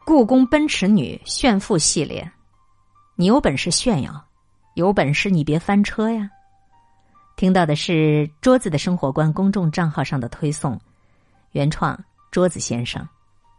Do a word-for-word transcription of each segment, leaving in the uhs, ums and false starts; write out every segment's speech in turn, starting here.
故宫奔驰女炫富系列，你有本事炫耀，有本事你别翻车呀。听到的是桌子的生活观公众账号上的推送，原创桌子先生。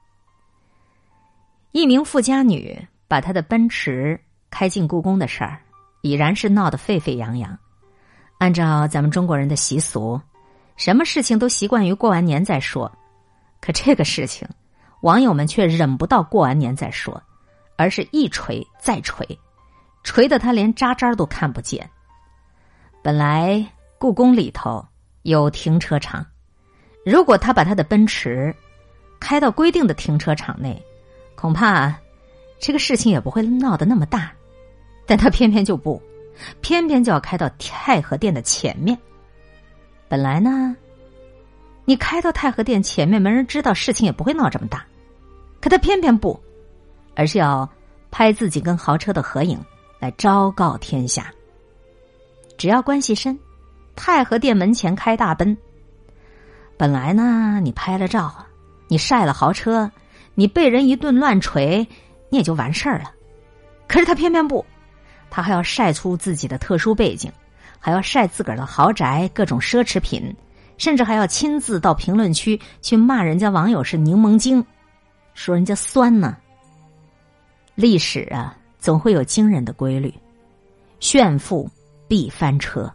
一名富家女把她的奔驰开进故宫的事儿，已然是闹得沸沸扬扬。按照咱们中国人的习俗，什么事情都习惯于过完年再说，可这个事情网友们却忍不到过完年再说，而是一锤再锤，锤得他连渣渣都看不见。本来故宫里头有停车场，如果他把他的奔驰开到规定的停车场内，恐怕这个事情也不会闹得那么大。但他偏偏就不，偏偏就要开到太和殿的前面。本来呢，你开到太和殿前面，没人知道，事情也不会闹这么大。可他偏偏不，而是要拍自己跟豪车的合影来昭告天下。只要关系深，太和殿门前开大奔。本来呢，你拍了照，你晒了豪车，你被人一顿乱锤，你也就完事儿了。可是他偏偏不，他还要晒出自己的特殊背景，还要晒自个儿的豪宅、各种奢侈品，甚至还要亲自到评论区去骂人家网友是柠檬精，说人家酸呢。历史啊，总会有惊人的规律，炫富必翻车。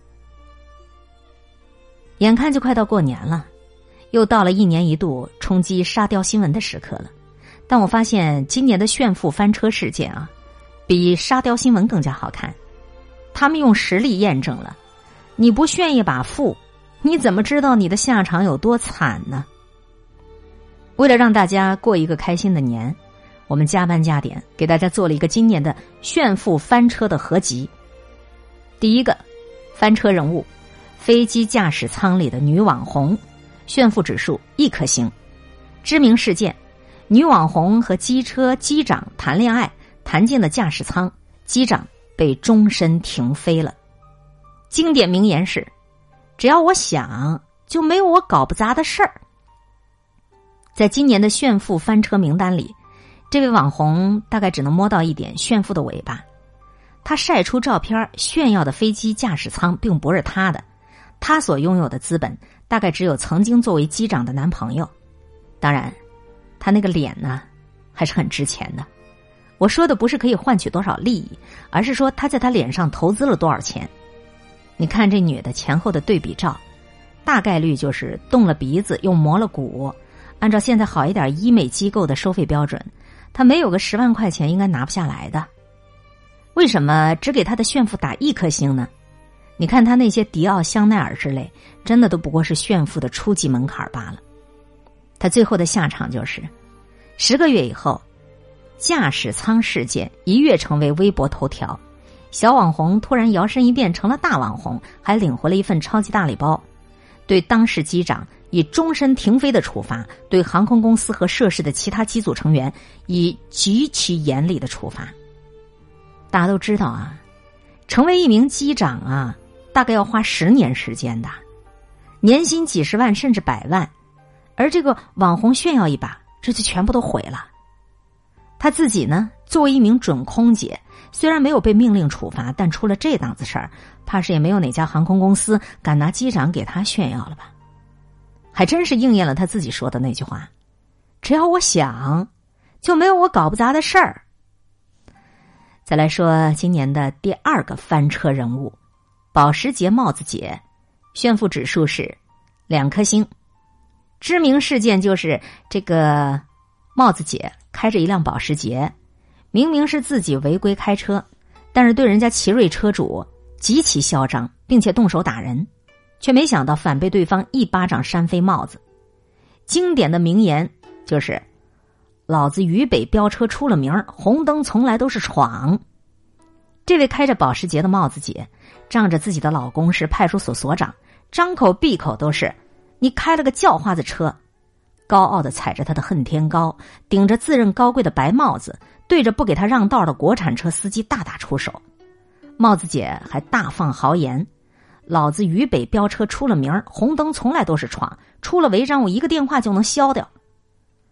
眼看就快到过年了，又到了一年一度冲击沙雕新闻的时刻了。但我发现今年的炫富翻车事件啊，比沙雕新闻更加好看。他们用实力验证了，你不炫一把富，你怎么知道你的下场有多惨呢？为了让大家过一个开心的年，我们加班加点给大家做了一个今年的炫富翻车的合集。第一个翻车人物，飞机驾驶舱里的女网红，炫富指数一颗星。知名事件，女网红和机车机长谈恋爱，谈进了驾驶舱，机长被终身停飞了。经典名言是，只要我想，就没有我搞不砸的事儿。在今年的炫富翻车名单里，这位网红大概只能摸到一点炫富的尾巴。他晒出照片炫耀的飞机驾驶舱并不是他的，他所拥有的资本大概只有曾经作为机长的男朋友。当然他那个脸呢，还是很值钱的。我说的不是可以换取多少利益，而是说他在他脸上投资了多少钱。你看这女的前后的对比照，大概率就是动了鼻子又磨了骨，按照现在好一点医美机构的收费标准，她没有个十万块钱应该拿不下来的。为什么只给她的炫富打一颗星呢？你看她那些迪奥、香奈儿之类，真的都不过是炫富的初级门槛罢了。她最后的下场就是十个月以后，驾驶舱事件一跃成为微博头条，小网红突然摇身一变成了大网红，还领回了一份超级大礼包。对当事机长以终身停飞的处罚，对航空公司和涉事的其他机组成员以极其严厉的处罚。大家都知道啊，成为一名机长啊，大概要花十年时间的，年薪几十万甚至百万，而这个网红炫耀一把，这就全部都毁了。他自己呢，作为一名准空姐，虽然没有被命令处罚，但出了这档子事儿，怕是也没有哪家航空公司敢拿机长给他炫耀了吧。还真是应验了他自己说的那句话，只要我想，就没有我搞不砸的事儿。再来说今年的第二个翻车人物，保时捷帽子姐，炫富指数是两颗星。知名事件就是这个帽子姐开着一辆保时捷，明明是自己违规开车，但是对人家奇瑞车主极其嚣张，并且动手打人，却没想到反被对方一巴掌扇飞帽子。经典的名言就是老子渝北飙车出了名，红灯从来都是闯。这位开着保时捷的帽子姐仗着自己的老公是派出所所长，张口闭口都是你开了个叫花子车，高傲地踩着他的恨天高，顶着自认高贵的白帽子，对着不给他让道的国产车司机大打出手。帽子姐还大放豪言，老子渝北飙车出了名，红灯从来都是闯，出了违章我一个电话就能消掉。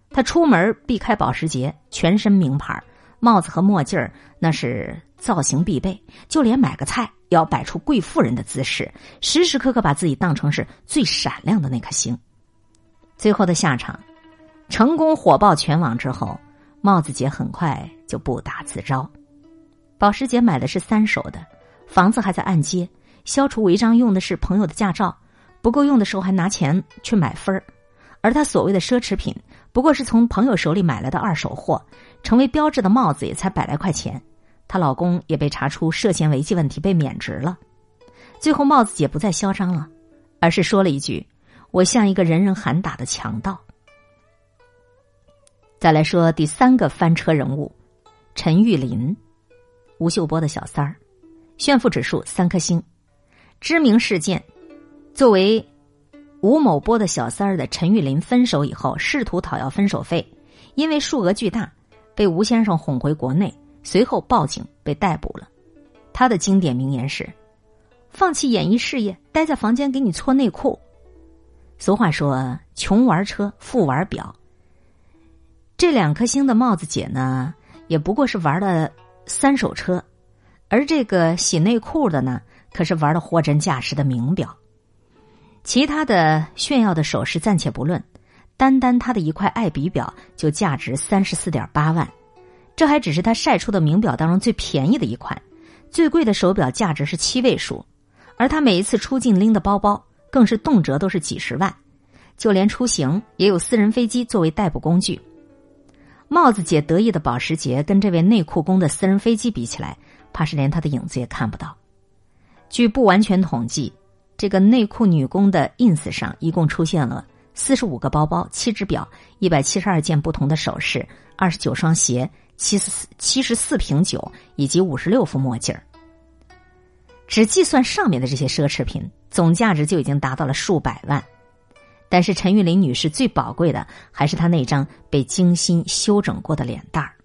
他出门避开保时捷，全身名牌，帽子和墨镜那是造型必备，就连买个菜也要摆出贵妇人的姿势，时时刻刻把自己当成是最闪亮的那颗星。最后的下场，成功火爆全网之后，帽子姐很快就不打自招。保时捷买的是三手的，房子还在按揭，消除违章用的是朋友的驾照，不够用的时候还拿钱去买分儿。而她所谓的奢侈品，不过是从朋友手里买来的二手货，成为标志的帽子也才百来块钱。她老公也被查出涉嫌违纪问题，被免职了。最后帽子姐不再嚣张了，而是说了一句：我像一个人人喊打的强盗。再来说第三个翻车人物，陈玉林，吴秀波的小三儿，炫富指数三颗星。知名事件，作为吴某波的小三儿的陈玉林分手以后，试图讨要分手费，因为数额巨大，被吴先生哄回国内，随后报警被逮捕了。他的经典名言是：放弃演艺事业，待在房间给你搓内裤。俗话说，穷玩车，富玩表。这两颗星的帽子姐呢，也不过是玩的三手车，而这个洗内裤的呢，可是玩的货真价实的名表。其他的炫耀的首饰暂且不论，单单他的一块爱彼表就价值三十四点八万，这还只是他晒出的名表当中最便宜的一款，最贵的手表价值是七位数，而他每一次出境拎的包包更是动辄都是几十万，就连出行也有私人飞机作为代步工具。帽子姐得意的保时捷跟这位内裤工的私人飞机比起来，怕是连他的影子也看不到。据不完全统计，这个内裤女工的 ins 上一共出现了四十五个包包、七只表、一百七十二件不同的首饰、二十九双鞋、七十七十四瓶酒以及五十六副墨镜。只计算上面的这些奢侈品，总价值就已经达到了数百万。但是陈玉林女士最宝贵的还是她那张被精心修整过的脸蛋儿。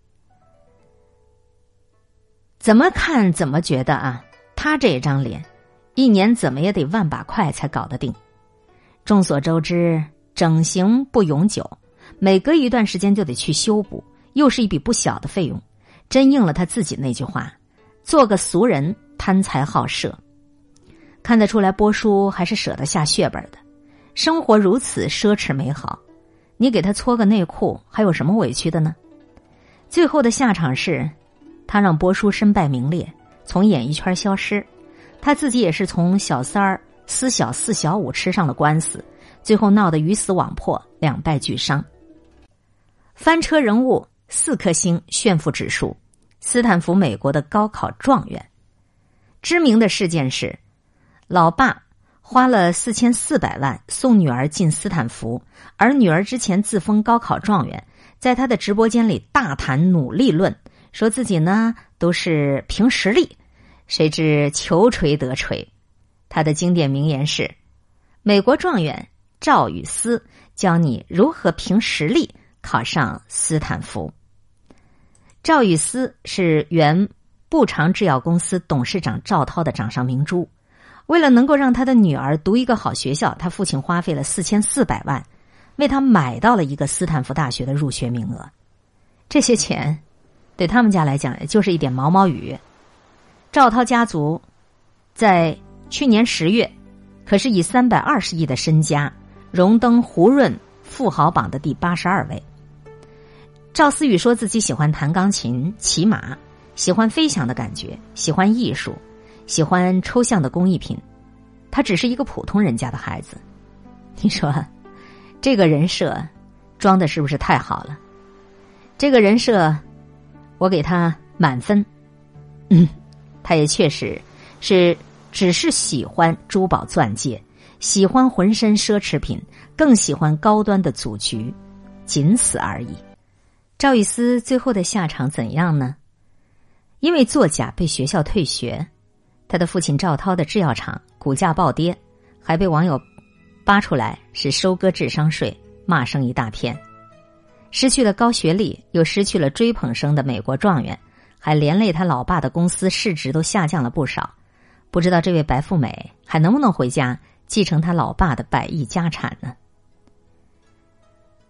怎么看怎么觉得啊，她这张脸一年怎么也得万把块才搞得定。众所周知，整形不永久，每隔一段时间就得去修补，又是一笔不小的费用，真应了她自己那句话：做个俗人，贪财好色。看得出来波叔还是舍得下血本的，生活如此奢侈美好，你给他搓个内裤还有什么委屈的呢？最后的下场是，他让波叔身败名裂，从演艺圈消失，他自己也是从小三儿私小四小五吃上了官司，最后闹得鱼死网破，两败俱伤。翻车人物四颗星，炫富指数，斯坦福美国的高考状元。知名的事件是，老爸花了四千四百万送女儿进斯坦福，而女儿之前自封高考状元，在他的直播间里大谈努力论，说自己呢都是凭实力，谁知求锤得锤。他的经典名言是：美国状元赵雨思教你如何凭实力考上斯坦福。赵雨思是原步长制药公司董事长赵涛的掌上明珠，为了能够让他的女儿读一个好学校，他父亲花费了四千四百万，为他买到了一个斯坦福大学的入学名额。这些钱对他们家来讲也就是一点毛毛雨。赵涛家族在去年十月可是以三百二十亿的身家荣登胡润富豪榜的第八十二位。赵思雨说自己喜欢弹钢琴、骑马，喜欢飞翔的感觉，喜欢艺术，喜欢抽象的工艺品。他只是一个普通人家的孩子。你说这个人设装的是不是太好了？这个人设我给他满分。嗯，他也确实是只是喜欢珠宝钻戒，喜欢浑身奢侈品，更喜欢高端的组局，仅此而已。赵雨思最后的下场怎样呢？因为作假被学校退学，他的父亲赵涛的制药厂股价暴跌，还被网友扒出来是收割智商税，骂声一大片。失去了高学历，又失去了追捧声的美国状元，还连累他老爸的公司市值都下降了不少。不知道这位白富美还能不能回家继承他老爸的百亿家产呢？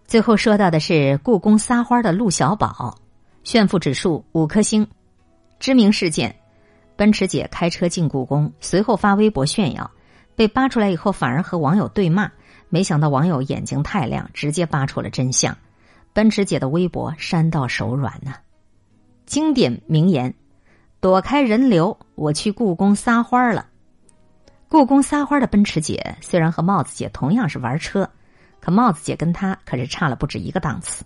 最后说到的是故宫撒花的陆小宝，炫富指数五颗星。知名事件，奔驰姐开车进故宫，随后发微博炫耀，被扒出来以后反而和网友对骂，没想到网友眼睛太亮，直接扒出了真相。奔驰姐的微博删到手软呢、啊。经典名言，躲开人流，我去故宫撒花了。故宫撒花的奔驰姐虽然和帽子姐同样是玩车，可帽子姐跟她可是差了不止一个档次。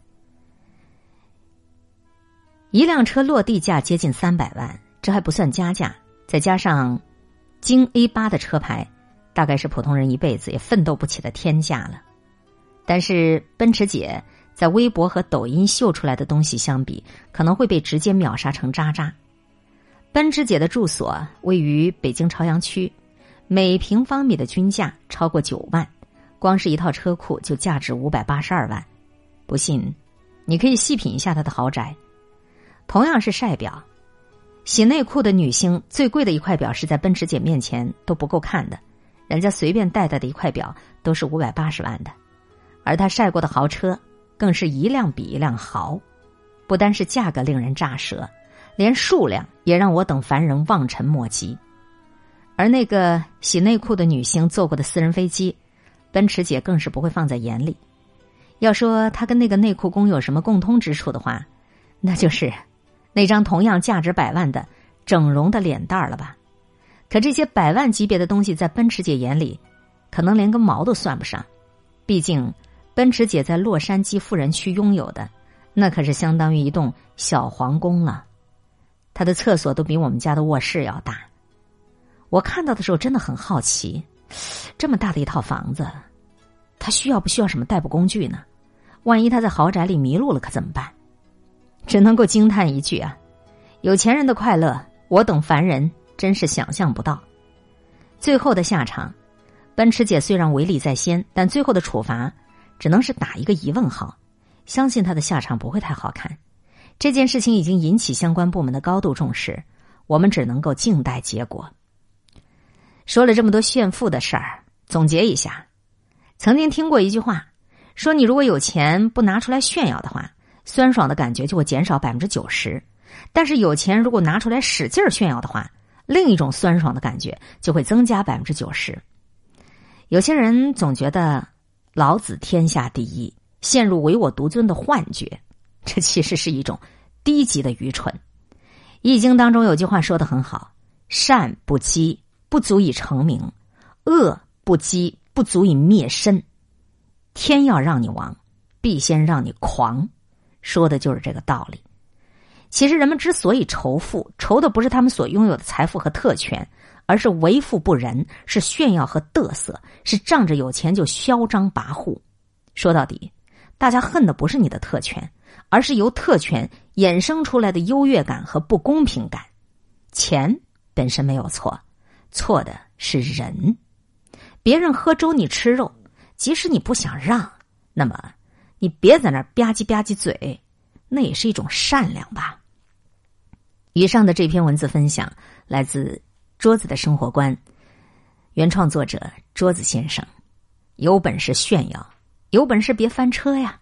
一辆车落地价接近三百万，这还不算加价，再加上京 A 八 的车牌，大概是普通人一辈子也奋斗不起的天价了。但是奔驰姐在微博和抖音秀出来的东西相比，可能会被直接秒杀成渣渣。奔驰姐的住所位于北京朝阳区，每平方米的均价超过九万，光是一套车库就价值五百八十二万。不信，你可以细品一下她的豪宅。同样是晒表，洗内裤的女星最贵的一块表是在奔驰姐面前都不够看的，人家随便戴戴的一块表都是五百八十万的。而她晒过的豪车更是一辆比一辆豪，不单是价格令人咋舌，连数量也让我等凡人望尘莫及。而那个洗内裤的女星坐过的私人飞机，奔驰姐更是不会放在眼里。要说她跟那个内裤工有什么共通之处的话，那就是那张同样价值百万的整容的脸蛋了吧。可这些百万级别的东西在奔驰姐眼里可能连个毛都算不上，毕竟奔驰姐在洛杉矶富人区拥有的那可是相当于一栋小皇宫了，她的厕所都比我们家的卧室要大。我看到的时候真的很好奇，这么大的一套房子，她需要不需要什么代步工具呢？万一她在豪宅里迷路了可怎么办？只能够惊叹一句啊，有钱人的快乐，我等凡人真是想象不到。最后的下场，奔驰姐虽然违例在先，但最后的处罚只能是打一个疑问号，相信她的下场不会太好看。这件事情已经引起相关部门的高度重视，我们只能够静待结果。说了这么多炫富的事儿，总结一下，曾经听过一句话，说你如果有钱不拿出来炫耀的话，酸爽的感觉就会减少 百分之九十， 但是有钱如果拿出来使劲炫耀的话，另一种酸爽的感觉就会增加 百分之九十。 有些人总觉得老子天下第一，陷入唯我独尊的幻觉，这其实是一种低级的愚蠢。易经当中有句话说得很好，善不积不足以成名，恶不积不足以灭身。天要让你亡，必先让你狂，说的就是这个道理。其实人们之所以仇富，仇的不是他们所拥有的财富和特权，而是为富不仁，是炫耀和嘚瑟，是仗着有钱就嚣张跋扈。说到底，大家恨的不是你的特权，而是由特权衍生出来的优越感和不公平感。钱本身没有错，错的是人。别人喝粥你吃肉，即使你不想让，那么你别在那儿吧唧吧唧嘴，那也是一种善良吧。以上的这篇文字分享来自桌子的生活观，原创作者桌子先生。有本事炫耀，有本事别翻车呀。